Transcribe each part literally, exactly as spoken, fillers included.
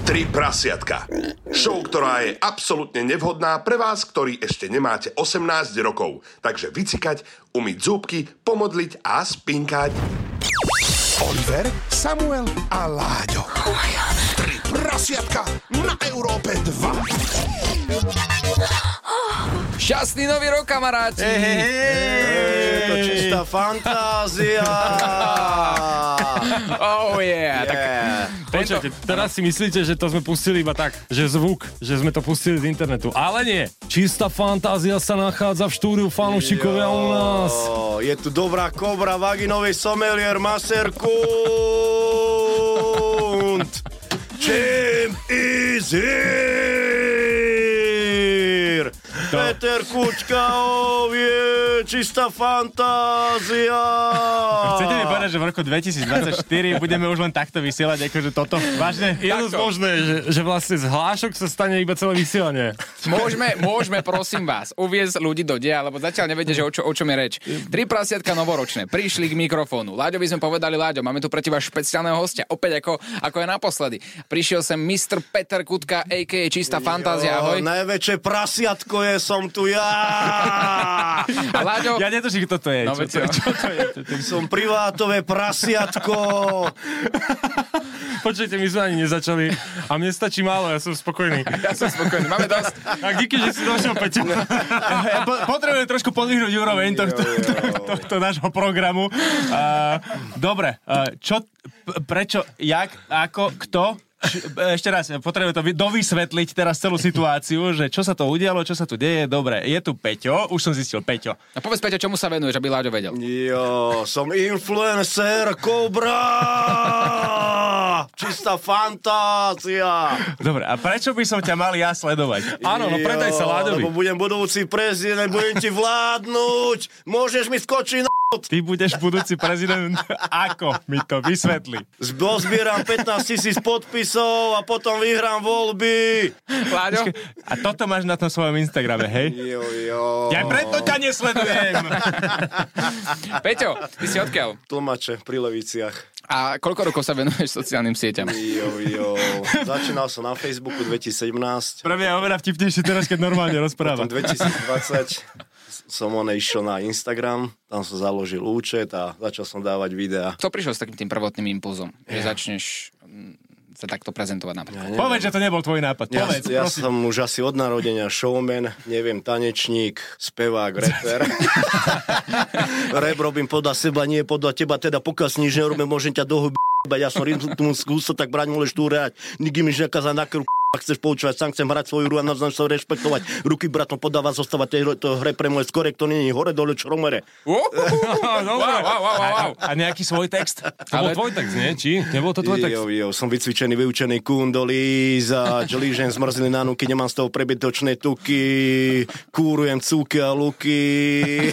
Tri prasiatka. Show, ktorá je absolútne nevhodná pre vás, ktorí ešte nemáte osemnásť rokov. Takže vycikať, umyť zúbky, pomodliť a spinkať. Oliver, Samuel a Láďo. Tri prasiatka na Európe dva. Šťastný nový rok, kamaráti! Hej, hej, hej, je to čistá fantázia. Oh yeah, yeah. Tak, Počujete, teraz si myslíte, že to sme pustili iba tak, že zvuk, že sme to pustili z internetu. Ale nie, čistá fantázia sa nachádza v štúdiu fanúšikovia u nás. Je tu dobrá kobra, vaginový somelier, maserkund. Čím is here? To... Peter Kučka, ovie, čistá fantázia. Chcete mi povedať, že v roku dvetisícdvadsaťštyri budeme už len takto vysielať, akože toto? Vážne? Je dosť možné, že, že vlastne z hlášok sa stane iba celé vysielanie. Môžeme, môžeme, prosím vás, uviesť ľudí do deja, lebo zatiaľ nevedia, že o, čo, o čom je reč. Tri prasiatka novoročné prišli k mikrofónu. Láďo by sme povedali, Láďo, máme tu pre teba špeciálneho hostia, opäť ako, ako je naposledy. Prišiel sem mister Peter Kutka, á ká á Čistá fantázia, ahoj. Najväčšie prasiatko je, som tu ja. A Láďo... Ja netuším, kto to je. No, čo, to, čo to je? Som privátové prasiatko. Počujete, my sme ani nezačali a mne stačí málo, ja som spokojný. Ja som spokojný, máme dosť. Tak díky, že si došiel, Peťo. Ja po, potrebujem trošku podvihnúť úroveň tohto, tohto, tohto nášho programu. Uh, dobre, uh, čo, prečo, jak, ako, kto? Ešte raz, potrebujem to dovysvetliť teraz celú situáciu, že čo sa to udialo, čo sa tu deje. Dobre, je tu Peťo, už som zistil Peťo. A povedz, Peťo, čomu sa venuješ, aby Láďo vedel? Jo, som influencer, kobra! Čistá fantázia! Dobre, a prečo by som ťa mal ja sledovať? Áno, no predaj sa Láďovi. Lebo budem budúci prezident, budem ti vládnuť, môžeš mi skočiť na... Ty budeš budúci prezident. Ako mi to vysvetli? Zbieram pätnásť tisíc podpisov a potom vyhrám voľby. Láďo? A toto máš na tom svojom Instagrame, hej? Jo, jo. Ja preto ťa nesledujem. Peťo, ty si odkiaľ? Tlmače pri Leviciach. A koľko rokov sa venuješ sociálnym sieťam? Jo, jo. Začínal som na Facebooku dvetisícsedemnásť. Pre mňa je oveľa vtipnejšie teraz, keď normálne rozpráva. Potom dvetisícdvadsať som on išiel na Instagram, tam som založil účet a začal som dávať videá. Kto prišiel s takým tým prvotným impulzom? Že začneš sa takto prezentovať napríklad? Ja povedz, že to nebol tvoj nápad. Ja, Povedz, ja prosím. som už asi od narodenia showman, neviem, tanečník, spevák, rapper. Rap robím podľa seba, nie podľa teba, teda pokiaľ si nič nerobím, môžem ťa dohubiť. Ja som rytmus skúsil, tak brať môžeš tu reať. Nikdy mi nekazá na krv, chceš poučovať, sám chcem hrať svoju hru a navzájom sa rešpektovať. Ruky bratom podáva zostávať, to hre pre moje skore, to nie je hore dole čromere. Wow, wow, wow, wow. A nejaký svoj text? To bol tvoj text, nie? Či? Nebol to tvoj text? Jo, jo, som vycvičený, vyučený kundolíza, lížem zmrzliny na nuky, nemám z toho prebytočné tuky, kúrujem cúky a luky.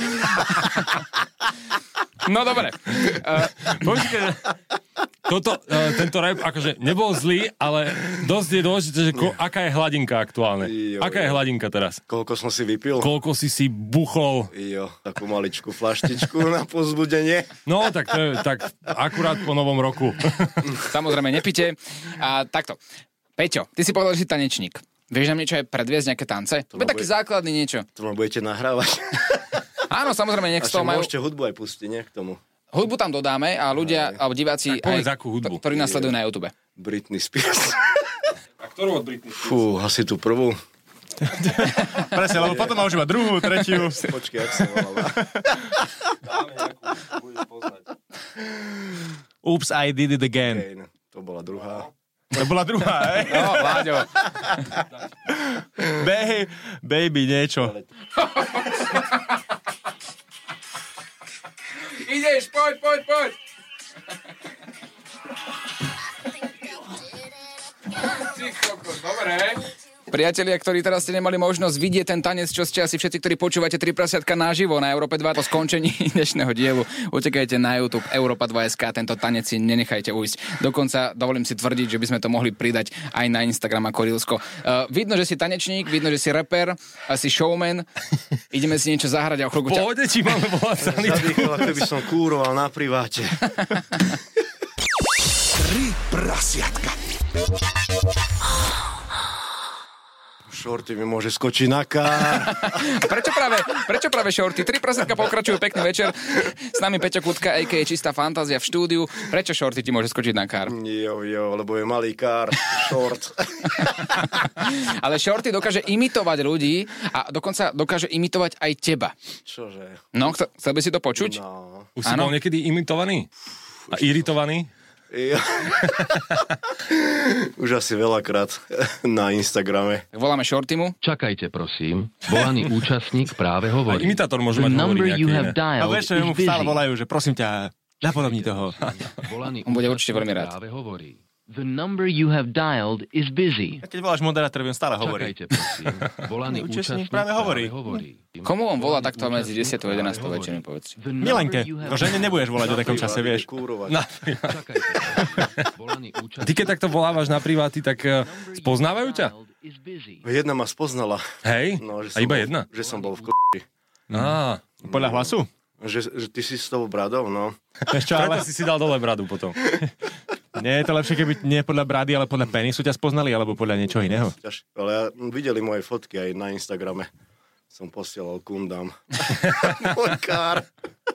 No dobre. Uh, Počkej, toto, uh, tento rap akože nebol zlý, ale dosť je dôležité, že ko, aká je hladinka aktuálne. Jo, aká jo. je hladinka teraz? Koľko som si vypil? Koľko si si buchol? Jo, takú maličku flaštičku na povzbudenie. No, tak to je tak akurát po novom roku. Samozrejme, nepite. A takto. Peťo, ty si povedal, že si tanečník. Vieš nám niečo aj predviesť, nejaké tance? To je taký bude... základný niečo. To ma budete nahrávať. Áno, samozrejme, nech z A toho majú... môžete hudbu aj pustiť, nie? K tomu. Hudbu tam dodáme a ľudia, alebo diváci, Tak povedz, aj, akú hudbu. ktorí nás sledujú na YouTube. Britney Spears. A ktorú od Britney Spears? Fú, asi tú prvú. Presne, lebo potom má už iba druhú, tretiu. Počkej, jak sa volala. Dáme nejakú, budeš poznať. Oops, I did it again. Okay, no, to bola druhá. To bola druhá, hej? No, Láďo. Baby, baby, niečo. Ideš, poď, poď, poď. Ty kokos, dobre. Priatelia, ktorí teraz ste nemali možnosť vidieť ten tanec, čo ste asi všetci, ktorí počúvate Tri prasiatka naživo na Európe dva po skončení dnešného dielu, utekajte na YouTube Európa dva bodka es ká, tento tanec si nenechajte ujsť. Dokonca dovolím si tvrdiť, že by sme to mohli pridať aj na Instagram ako Reelsko. Uh, vidno, že si tanečník, vidno, že si rapper, si showman. Ideme si niečo zahrať a o chvíľku ťa... Pôjde, či máme volať sanitku. Zadýchol, ako by som kúroval na priváte. Tri prasiatka. Shorty mi môže skočiť na kár. A prečo práve, prečo práve shorty? Tri prasetka pokračujú, pekný večer. S nami Peťo Kutka, á ká á Čistá fantázia v štúdiu. Prečo shorty ti môže skočiť na kár? Jo, jo, lebo je malý kár, short. Ale shorty dokáže imitovať ľudí a dokonca dokáže imitovať aj teba. Čože? No, chcel, chcel by si to počuť? No. Už si Áno. bol niekedy imitovaný? A iritovaný? Ja. Už asi veľakrát na Instagrame. Voláme shortymu. Čakajte, prosím. Volaný účastník práve A hovorí. imitátor môže The mať number hovoriť you nejaké have iné. A dialed vieš, čo is mu stále busy. volajú, že prosím ťa, napodobni toho. Volaný On bude účastník určite veľmi rád. práve hovorí. The number you have dialed is busy. A keď voláš moderátor, on stále hovorí. Čakajte, prosím. Volaný Účastník účastník práve hovorí. Komu on volá takto medzi desiatou a jedenástou večer, mi povedz. The number Milenke, you have no žene nebudeš volať o takom čase, vieš. Kúrovať. Na, Čakajte, prosím. Volaný ty účastník keď takto volávaš na priváty, tak uh, spoznávajú ťa? is busy. Jedna ma spoznala. Hej? No, že A som iba bol, jedna? Že som bol v k***i. Á, Podľa hlasu? Že, že ty si s tou bradou, no. Vieš čo, preto ale si si dal dole bradu potom. nie je to lepšie, keby nie podľa brady, ale podľa penisu ťa spoznali, alebo podľa niečo iného. Ťaž, ale ja, videli moje fotky aj na Instagrame. Som posielal kundám. Môj kár.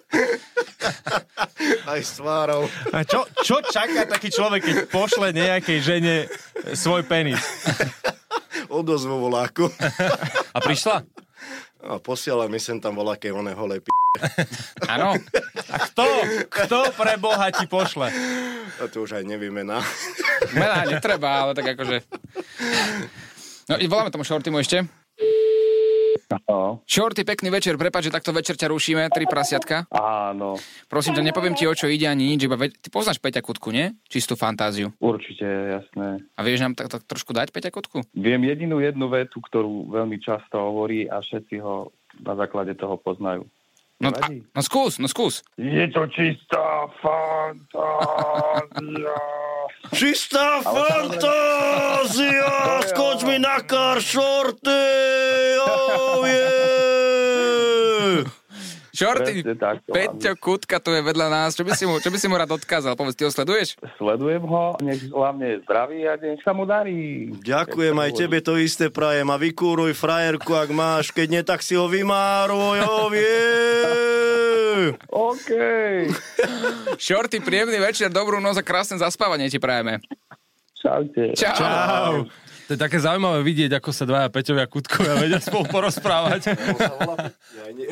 Aj s tvárou. A čo, čo čaká taký človek, keď pošle nejakej žene svoj penis? Odozvu voláku. A prišla? A posiela mi sem tam voláke oné holé p***. Áno. A kto? Kto pre Boha ti pošle? A to už aj nevieme na. Mená netreba, ale tak akože... No, voláme tomu shortymu ešte. No, Shorty, pekný večer, prepáč, že takto večer ťa rušíme, tri prasiatka. áno, Prosím ťa, nepoviem ti, o čo ide ani nič, iba ve- ty poznáš Peťa Kutku, nie? Čistú fantáziu. určite, jasné. A vieš nám tak, tak trošku dať Peťa Kutku? Viem jedinú jednu vetu, ktorú veľmi často hovorí a všetci ho na základe toho poznajú. No, a, Nevadí? no skús, no skús. Je to čistá fantázia. Čistá fantázia! Skoč mi na kár, shorty! Oh, yeah! Shorty, Presne tak, to Peťo Kutka tu je vedľa nás. Čo by si mu, čo by si mu rád odkázal? Povedz, ty ho sleduješ? Sledujem ho, nech hlavne je zdravý a nech sa mu darí. Ďakujem aj tebe, to isté prajem. A vykúruj frajerku, ak máš. Keď nie, tak si ho vymáruj. Oh, yeah! OK. Shorty, príjemný večer, dobrú noc a krásne zaspávanie ti prajeme. Čaute. Čau. Čau. To je také zaujímavé vidieť, ako sa dvaja Peťovia Kutkovia vedia spolu porozprávať. Ja nie.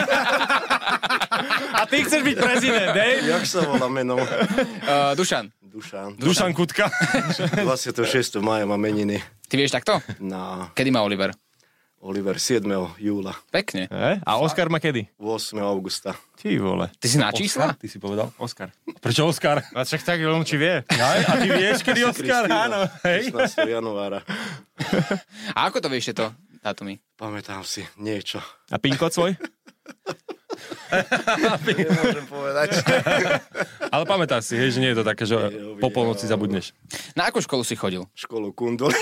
A ty chceš byť prezident, hej? Jak sa volá meno? Uh, Dušan, Dušan. Dušan Kutka. dvadsiateho šiesteho mája má meniny. ty vieš takto? Na Kedy má Oliver? Oliver siedmeho júla. Pekne. E? A Oskar má kedy? ôsmeho augusta. Ty vole. Ty si na čísla? Ty si povedal? Oskar. Prečo Oskar? A však tak, on či vie. Aj, a ty vieš, kedy Oskar? Áno, hej. šestnásteho januára. A ako to vieš to dátumy? Pamätám si niečo. A PIN kód svoj? Nemôžem povedať. Ale pamätáš si, hej, že nie je to také, že po polnoci zabudneš. Na akú školu si chodil? Školu Kundoli.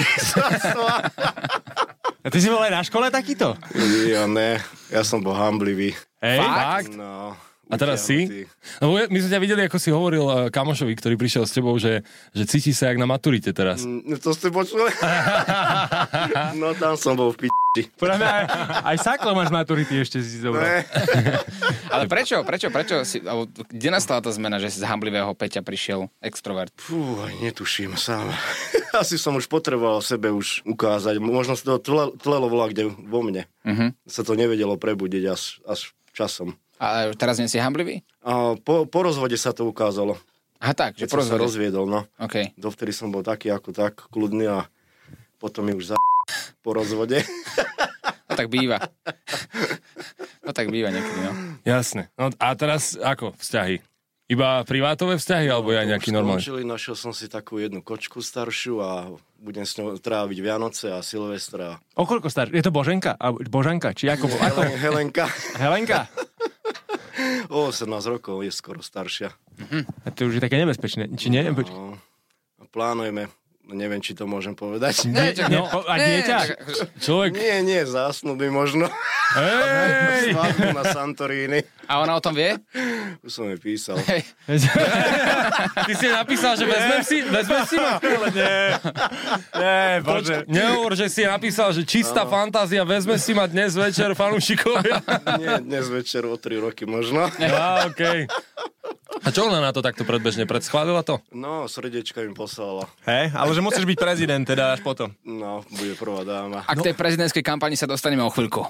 A ty si bol aj na škole takýto? Ja ne, ja som bol hamblivý. Hej, Fakt? fakt? No, A teraz si? utiahnutý. Lebo my sme ťa videli, ako si hovoril uh, kamošovi, ktorý prišiel s tebou, že, že cíti sa jak na maturite teraz. No to ste počuli? No tam som bol v p***i. Podľa mňa aj, aj Saklo máš maturity ešte si zobral. Ne. Ale prečo, prečo, prečo si, alebo kde nastala tá zmena, že z hamblivého Peťa prišiel extrovert? Fú, netuším sám. Asi som už potreboval sebe už ukázať. Možno sa to tle, tlelo volá kde vo mne. Uh-huh. Sa to nevedelo prebudiť až, až časom. A teraz nie si hamblivý? A po, po rozvode sa to ukázalo. Aha tak, že Keď som sa porozvode. rozviedol, no. OK. Dovtedy som bol taký ako tak, kľudný a potom mi už za po rozvode. No tak býva. No tak býva niekedy, no. Jasne. No a teraz ako vzťahy? Iba privátové vzťahy, alebo aj nejaký normálny? Skončili, našiel som si takú jednu kočku staršiu a budem s ňou tráviť Vianoce a Silvestra. O koľko starší? Je to Boženka? A Božanka? Či ako? ako? Helen, Helenka. Helenka? O osemnásť rokov je skoro staršia. A to už je také nebezpečné. Či nie? No, plánujeme No neviem, či to môžem povedať. Nie, No, a dieťa? Človek... Nie, nie, zásnuby možno. Hej! Svadbu na Santorini. A ona o tom vie? Už som jej písal. Hej. Ty si napísal, že vezmem si, vezmem si ma. Nie, nie, bože. Nehovor, že si napísal, že čistá fantázia, vezme si ma dnes večer fanúšikovia. Nie, dnes večer o tri roky možno. Á, okej. A čo ona na to takto predbežne predschválila to? No, srdiečka mi poslala. Hej, ale že musíš byť prezident teda až potom. No, bude prvá dáma. A k tej prezidentskej kampani sa dostaneme o chvíľku.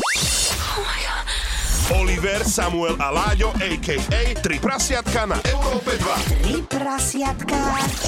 Oliver, Samuel a Láďo, á ká á Tri prasiatka na Európe dva. Tri prasiatka.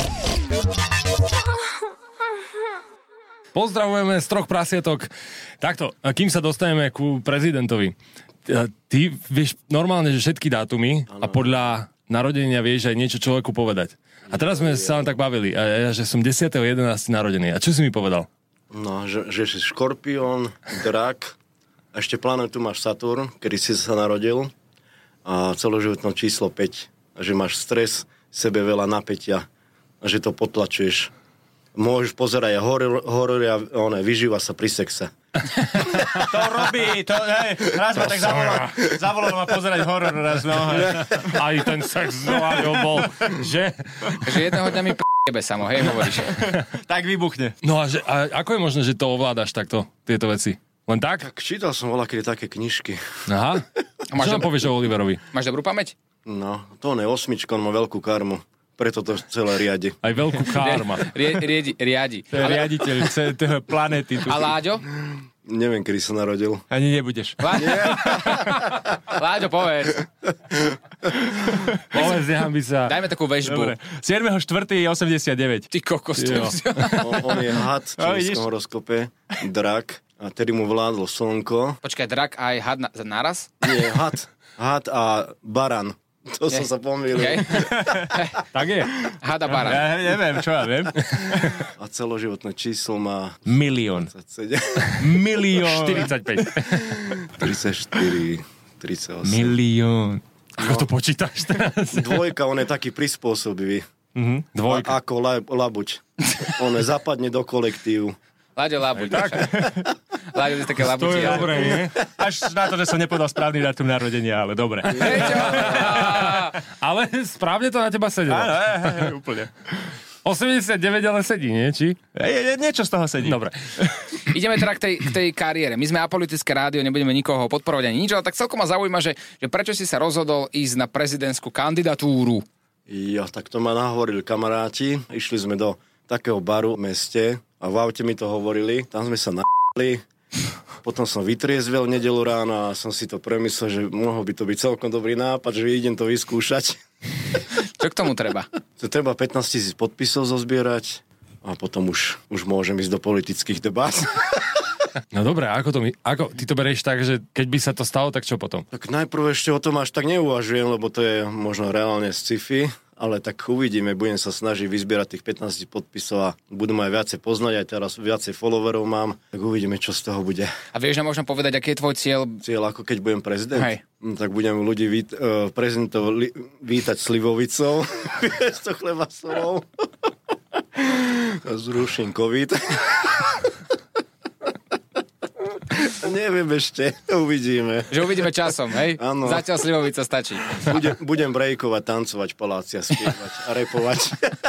Pozdravujeme z troch prasietok. Takto, kým sa dostaneme ku prezidentovi. Ty vieš normálne, že všetky dátumy ano. A podľa narodenia vieš aj niečo človeku povedať. A teraz sme sa len tak bavili, a ja, že som desiateho jedenásteho narodený. A čo si mi povedal? No, že, že si škorpión, drak, a ešte planetu máš Saturn, kedy si sa narodil, a celoživotné číslo päť. A že máš stres, sebe veľa napätia, a že to potlačuješ. Môžeš pozerať aj horor, horory a one, vyžíva sa pri sexe. To robí, to, hej, raz ma tak zavolal, zavolal ma pozerať horor raz, no. Aj ten sex znovu bol, že? Že jedného dňa mi p***be samo, hej, hovoríš. Tak vybuchne. No a, že, a ako je možné, že to ovládaš takto, tieto veci? Len tak? Tak čítal som voľakedy také knižky. Aha. A čo nám povieš o Oliverovi? Máš dobrú pamäť? No, to on je osmička, on má veľkú karmu. Preto to celé riadi. Aj veľkú karma. Rie, riedi, riadi. To je ale... riaditeľ toho planéty. Tu. A Láďo? Neviem, kedy sa narodil. Ani nebudeš. Láďo, Láďo povedz. Povedz, nechám by sa. Dajme takú väžbu. Dobre. siedmeho štvrtého osemdesiatdeväť. Ty kokos, to on, on je had v čínskom horoskope, drak, a tedy mu vládlo slnko. Počkaj, drak aj had na, naraz? Nie, had. Had a baran. To som sa pomýlil. Okay. Tak je. Hada baran. Ja neviem, čo ja viem. A celoživotné číslo má... Milión. dvadsaťsedem. Milión. štyridsaťpäť. tridsaťštyri. tridsaťosem. Milión. Ako to počítaš teraz? Dvojka, on je taký prispôsobivý. Uh-huh. Dvojka. A, ako la, labuť. On je zapadne do kolektívu. Láďo labuť. Tak. Láďo, to je také labuť. To je dobré, nie? Až na to, že som nepovedal správny dátum narodenia, ale dobre. Ale správne to na teba sedelo. Áno, je, úplne. osemdesiatdeväť ale sedí, nie? Či? Je, je, niečo z toho sedí. Dobre. Ideme teda k tej, k tej kariére. My sme apolitické rádio, nebudeme nikoho podporovať ani nič, ale tak celkom ma zaujíma, že, že prečo si sa rozhodol ísť na prezidentskú kandidatúru? Ja, tak to ma nahovorili kamaráti. Išli sme do takého baru v meste a v aute mi to hovorili. Tam sme sa na***li. Potom som vytriezvel v nedeľu ráno a som si to premyslel, že mohol by to byť celkom dobrý nápad, že idem to vyskúšať. Čo k tomu treba? To treba pätnásť tisíc podpisov zozbierať a potom už, už môžem ísť do politických debát. No dobré, ako to my, ako ty to berieš tak, že keď by sa to stalo, tak čo potom? Tak najprv ešte o tom až tak neuvažujem, lebo to je možno reálne sci-fi, ale tak uvidíme, budem sa snažiť vyzbierať tých pätnásť podpisov a budem aj viacej poznať, aj teraz viacej followerov mám, tak uvidíme, čo z toho bude. A vieš nám možno povedať, aký je tvoj cieľ? Cieľ, ako keď budem prezident? Hej. No, tak budem ľudí vít, uh, prezidentov li, vítať slivovicou, to chleba solou. Zruším COVID. Neviem ešte, uvidíme. Že uvidíme časom, hej? Áno. Zatiaľ slivovica stačí. Budem, budem brejkovať, tancovať v paláci a spievať a repovať.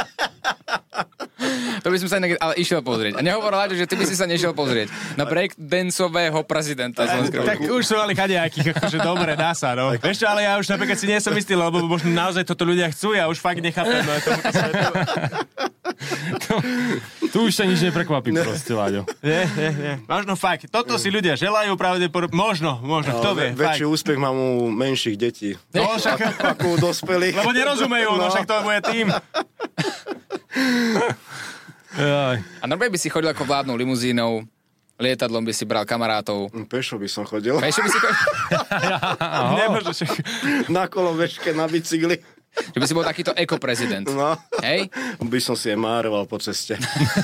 To by som sa inak ale išiel pozrieť. A nehovor Láďo, že ty by si sa nešiel pozrieť na breakdanceového prezidenta. Tak už sú ale kadejakých, akože dobre, dá sa, no. Vieš čo, ale ja už napríklad si nie som istý, lebo možno naozaj toto ľudia chcú, ja už fakt nechápem. No, tomuto svetu. To, tu už sa nič neprekvapí proste, Láďo. Nie, nie, nie. Možno fakt. Toto si ľudia želajú pravdepodobne. Možno, možno, kto vie. Väčší úspech mám u menších detí. No, však... Ako u dospelých. Lebo nerozumejú, no, no však to je moje tým. A normálne by si chodil ako vládnou limuzínou, lietadlom by si bral kamarátov. Pešo by som chodil. Pešo by si chodil? Nemôžeš. Na kolovečke, na bicykli. Že by si bol takýto ekoprezident. No. Hej? By som si aj mároval po ceste.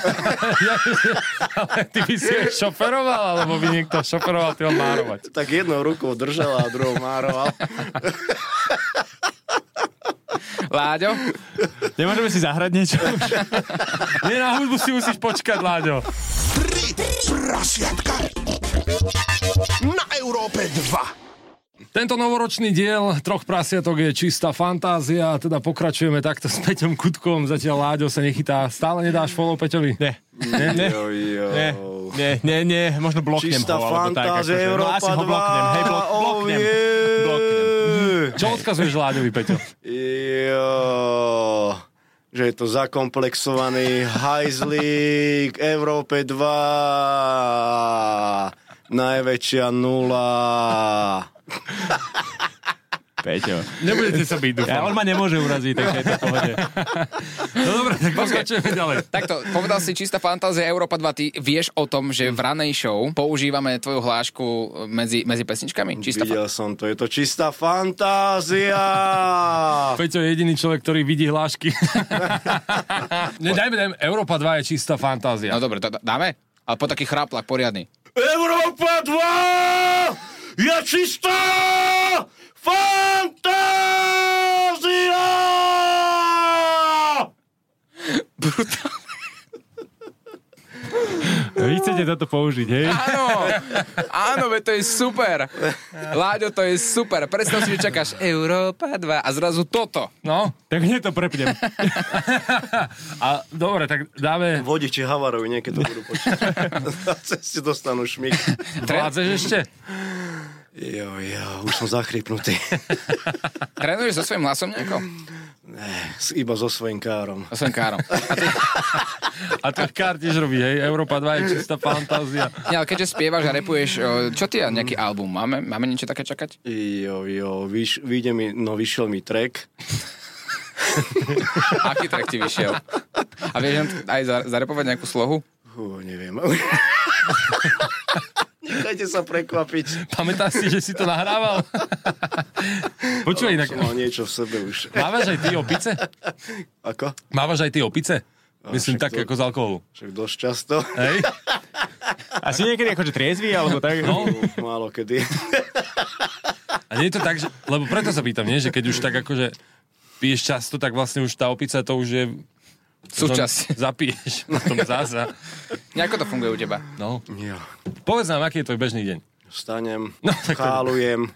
Ale ty by si aj šoferoval, alebo by niekto šoferoval, ty ho márovať. Tak jednou rukou držal a druhou mároval. Láďo? Nemôžeme si zahrať niečo? Nie, na hudbu si musíš počkať, Láďo. Tri prasiatka na Európe dva. Tento novoročný diel Troch prasiatok je čistá fantázia, teda pokračujeme takto s Peťom Kutkom, zatiaľ Láďo sa nechytá. Stále nedáš follow Peťovi? Nie. Nie, nie, nie, nie, nie, nie, možno bloknem čistá ho, alebo tak. fantázia, Akože, no Európa asi ho bloknem, hej, blok, dva, bloknem. oh, bloknem. Čo odkazuješ Láďovi, Peťo? Jo, že je to zakomplexovaný hajzlík Európe dva. Najväčšia nula. Peťo. Nebudete sa byť, dúfam. Ja, on ma nemôže uraziť, tak je to v pohode. No dobre, tak pokračujeme ďalej. Takto, povedal si čistá fantázia Európa dva, ty vieš o tom, že v ranej show používame tvoju hlášku medzi, medzi pesničkami? Čistá Videl fa- som to, je to čistá fantázia. Peťo je jediný človek, ktorý vidí hlášky. Ne, dajme, dajme, Európa dva je čistá fantázia. No dobre, to dáme? Ale po taký chráplak poriadny. Európa dva je čistá fantázia! Brutálne. Vy chcete toto použiť, hej? Áno, áno, veď to je super. Láďo, to je super. Predstav si, že čakáš Európa dva a zrazu toto. No, Tak hneď to prepnem. a dobre, tak dáme... Vodiči havarovi, niekedy to budú počítať. Na ceste dostanú šmík. Vládzeš ešte? Jo, jo, už som zachrypnutý. Trénuješ so svojím hlasom nejako? Ne, iba so svojím károm. So svojím károm. A ty... A to kár tiež robí, hej? Európa dva je čistá fantázia. Nie, ale keďže spievaš a rapuješ, čo ty a nejaký album? Máme, máme niečo také čakať? Jo, jo, vyš, vyjde mi, no vyšiel mi track. Aký track ti vyšiel? A vieš aj zarepovať nejakú slohu? Hú, neviem. Nechajte sa prekvapiť. Pamätáš si, že si to nahrával? Počúvaj, inak... Som mal niečo v sebe už. Mávaš aj ty opice? Ako? Mávaš aj ty opice? A Myslím, tak to, ako z alkoholu. Však dosť často. Hej? Asi niekedy akože triezvy, alebo tak? No. Málo kedy. A nie je to tak, že... Lebo preto sa pýtam, nie? Že keď už tak akože piješ často, tak vlastne už tá opica to už je... Súčasť. Zapiješ, potom zasa. Nejako to funguje u teba? No. Jo. Povedz nám, aký je tvoj bežný deň. Vstanem, No, no, tak to- chálujem,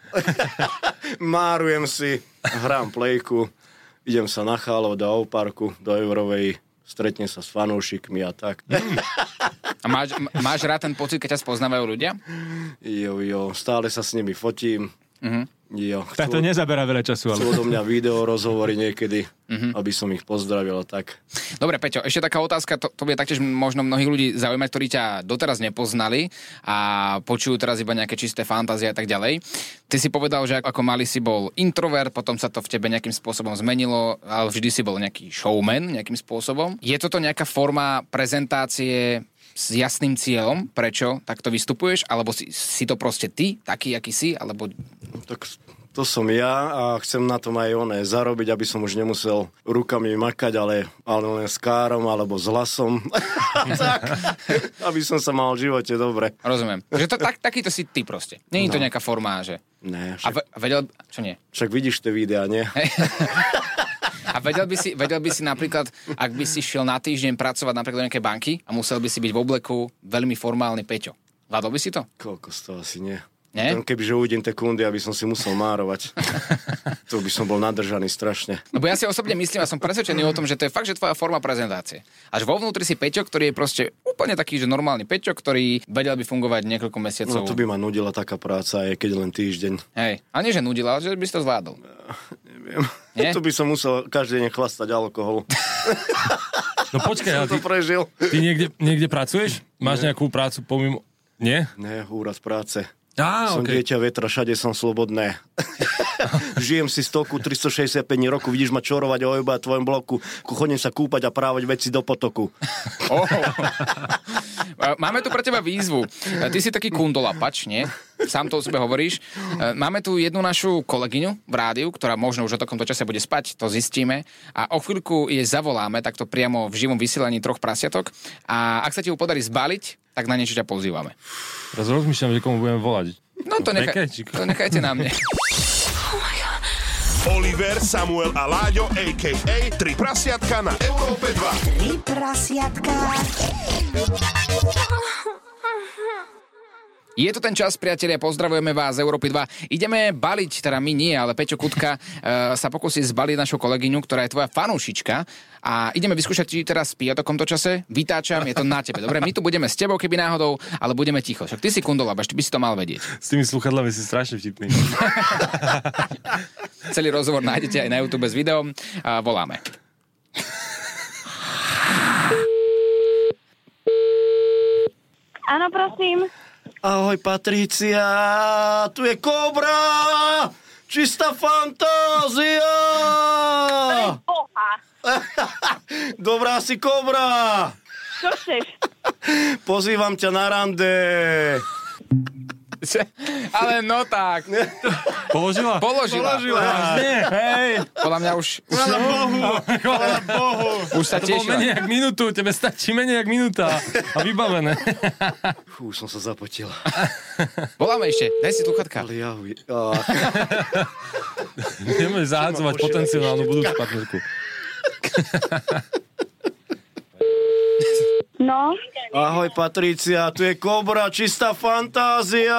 márujem si, hrám plejku, idem sa na chálo do Auparku, do Eurovej, stretnem sa s fanúšikmi a tak. A máš, máš rád ten pocit, keď ťa spoznávajú ľudia? Jo, jo, stále sa s nimi fotím. Mhm. Jo, Tak to chcú, nezaberá veľa času, chcú ale... odo mňa video rozhovory niekedy, aby som ich pozdravil a tak. Dobre, Peťo, ešte taká otázka, to, to bude taktiež možno mnohých ľudí zaujímať, ktorí ťa doteraz nepoznali a počujú teraz iba nejaké čisté fantázie a tak ďalej. Ty si povedal, že ako malý si bol introvert, potom sa to v tebe nejakým spôsobom zmenilo, ale vždy si bol nejaký showman nejakým spôsobom. Je toto nejaká forma prezentácie s jasným cieľom, prečo takto vystupuješ, alebo si, si to proste ty, taký, aký si, alebo... Tak to som ja a chcem na tom aj oné zarobiť, aby som už nemusel rukami makať, ale, ale len s károm alebo s hlasom. Tak, aby som sa mal v živote dobre. Rozumiem. Že to, tak, takýto si ty proste. Nie je to No. nejaká forma, že... Ne, A však, ve- vedel... Čo nie? však vidíš tie videá, nie? A vedel by, si, vedel by si napríklad, ak by si šiel na týždeň pracovať napríklad do nejakej banky a musel by si byť v obleku veľmi formálny Peťo. Vládol by si to? Koľko z toho asi nie. Nie? Tam kebyže uvidím tie kundy, aby som si musel márovať. To by som bol nadržaný strašne. Lebo ja si osobne myslím a som presvedčený o tom, že to je fakt, že tvoja forma prezentácie. Až vo vnútri si Peťo, ktorý je proste úplne taký, že normálny Peťo, ktorý vedel by fungovať niekoľko mesiacov. No to by ma nudila taká práca, aj keď len týždeň. Hej. A nie, že nudila, ale že by si to zvládol. Neviem. Nie? To by som musel každý deň chlastať alkohol. No počkaj, ale Som ty, to prežil. ty niekde, niekde pracuješ? Máš nejakú prácu pomimo... Nie? Ne, úrad práce. Á, Som okej. dieťa vetra, všade som slobodné. Žijem si stoku tristošesťdesiatpäť dní roku, vidíš ma čorovať o iba tvojom bloku, chodím sa kúpať a právať veci do potoku. Oh. Máme tu pre teba výzvu. Ty si taký kundolapač, nie? Sám to o sebe hovoríš. Máme tu jednu našu kolegyňu v rádiu, ktorá možno už o takomto čase bude spať, to zistíme. A o chvíľku jej zavoláme, takto priamo v živom vysielaní Troch prasiatok. A ak sa ti ju podarí zbaliť, tak na niečo ťa pozývame. Teraz rozmýšľam, že komu budeme volať. No to, nechaj, Peke, či- to nechajte na mne. Oliver, Samuel a Láďo, á ká á. Tri prasiatka na Európe dva. Tri prasiatka. Je to ten čas, priatelia, pozdravujeme vás z Európy dva. Ideme baliť, teda my nie, ale Peťo Kutka uh, sa pokusí zbaliť našu kolegyňu, ktorá je tvoja fanúšička. A ideme vyskúšať, či teraz spí o takomto čase. Vytáčam, je to na tebe. Dobre, my tu budeme s tebou, keby náhodou, ale budeme ticho. Však ty si kundolabaš, ty by si to mal vedieť. S tými sluchadlami si strašne vtipný. Celý rozhovor nájdete aj na YouTube s videom. A voláme. Áno, prosím. Ahoj, Patricia, tu je Kobra! Čistá fantázia! Boha. Dobrá si, Kobra! Čo chceš? Pozývam ťa na rande. Ale no tak. Položila? Položila. Položila. Nie, hej. Podľa mňa už... už Chvála Bohu. Chvála Bohu. Už sa To bolo tešila. menej jak minútu, tebe stačí menej jak minúta. A vybavené. Fú, som sa zapotil. Voláme ešte, daj si sluchatka. Ale ja... Oh. Nemôžeš zahadzovať potenciálnu budúcu partnerku. No? Ahoj, Patricia, tu je Kobra, čistá fantázia!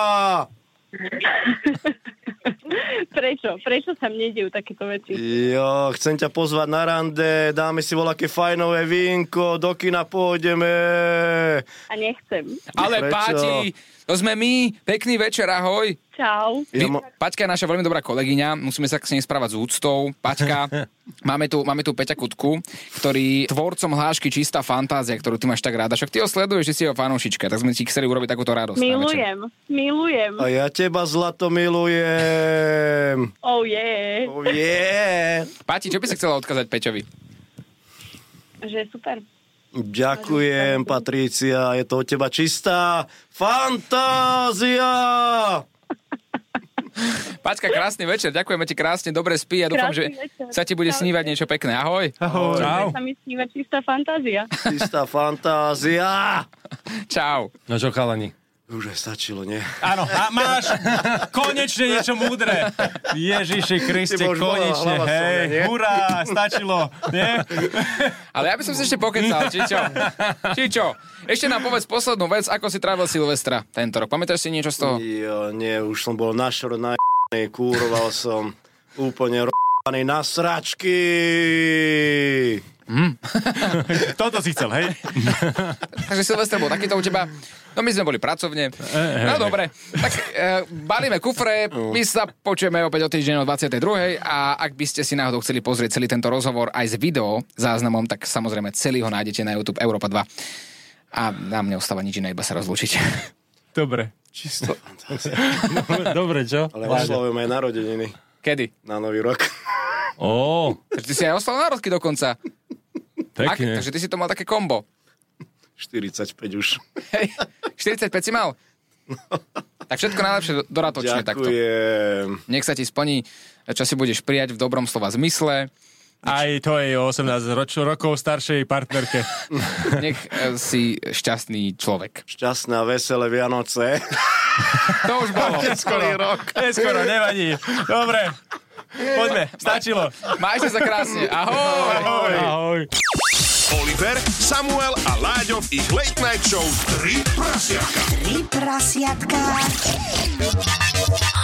Prečo? Prečo sa mne dejú takéto veci? Jo, chcem ťa pozvať na rande, dáme si voľaké fajnové vínko, do kina pôjdeme. A nechcem. Ale Prečo? Páti, to sme my. Pekný večer, ahoj. Čau. Vy, Ja mo- Paťka je naša veľmi dobrá kolegyňa, musíme sa k nej správať s úctou. Paťka, máme tu, máme tu Peťa Kutku, ktorý tvorcom hlášky Čistá fantázia, ktorú ty máš tak ráda. Však ty ho sleduješ, že si jeho fanúšička, tak sme ti chceli urobiť takúto radosť. na večer. Milujem. Milujem. A ja teba, zlato, milujem. Oh yeah. Oh yeah. Pati, čo by si chcela odkázať Peťovi? Že super. Ďakujem, Patricia, je to od teba čistá fantázia. Paťka, krásny večer, ďakujeme ti krásne, dobre spí a dúfam, že Krásny večer. sa ti bude Čau. snívať niečo pekné. Ahoj. Ahoj. Čau. Sa mi sníva čistá fantázia. Čistá fantázia. Čau. No čo, chalani? Už aj stačilo, nie? Áno, a máš konečne niečo múdre. Ježiši Kriste, Ty bož bola, konečne, hlava som ja, hej, nie? hurá, stačilo, nie? Ale ja by som si ešte pokecal, či čo? Či čo? Ešte nám povedz poslednú vec, ako si trávil Silvestra tento rok. Pamätáš si niečo z toho? Jo, nie, už som bol na šor, na j***nej, kúroval som úplne r***aný na sračky. Mm. Toto si chcel, hej? Takže Silvester bol takýto u teba. No my sme boli pracovne. No dobre, tak e, balíme kufre, my sa počujeme opäť o týždeň o dvadsiatej druhej a ak by ste si náhodou chceli pozrieť celý tento rozhovor aj s video záznamom, tak samozrejme celý ho nájdete na YouTube Európa dva. A nám neostáva nič iné, iba sa rozlúčiť. Dobre. Čisto. Dobre, čo? Ale oslavujeme aj narodeniny. Kedy? Na nový rok. Ó, Takže ty si aj ostal národky dokonca. Ak, pekne. takže ty si to mal také kombo. štyridsaťpäť už. Hej, štyridsaťpäť si mal? Tak všetko najlepšie do- doratočne takto. Ďakujem. Nech sa ti splní, čo si budeš prijať v dobrom slova zmysle. Aj to je o osemnásť roč- rokov staršej partnerke. Nech e, si šťastný človek. Šťastné a veselé Vianoce. To už bolo. Celý rok. Neskoro, nevadí. Dobre, poďme, stačilo. Majte sa krásne. Ahoj. Ahoj. Ahoj. Oliver, Samuel a Láďo v ich Late Night Show tri prasiatka. Tri prasiatka.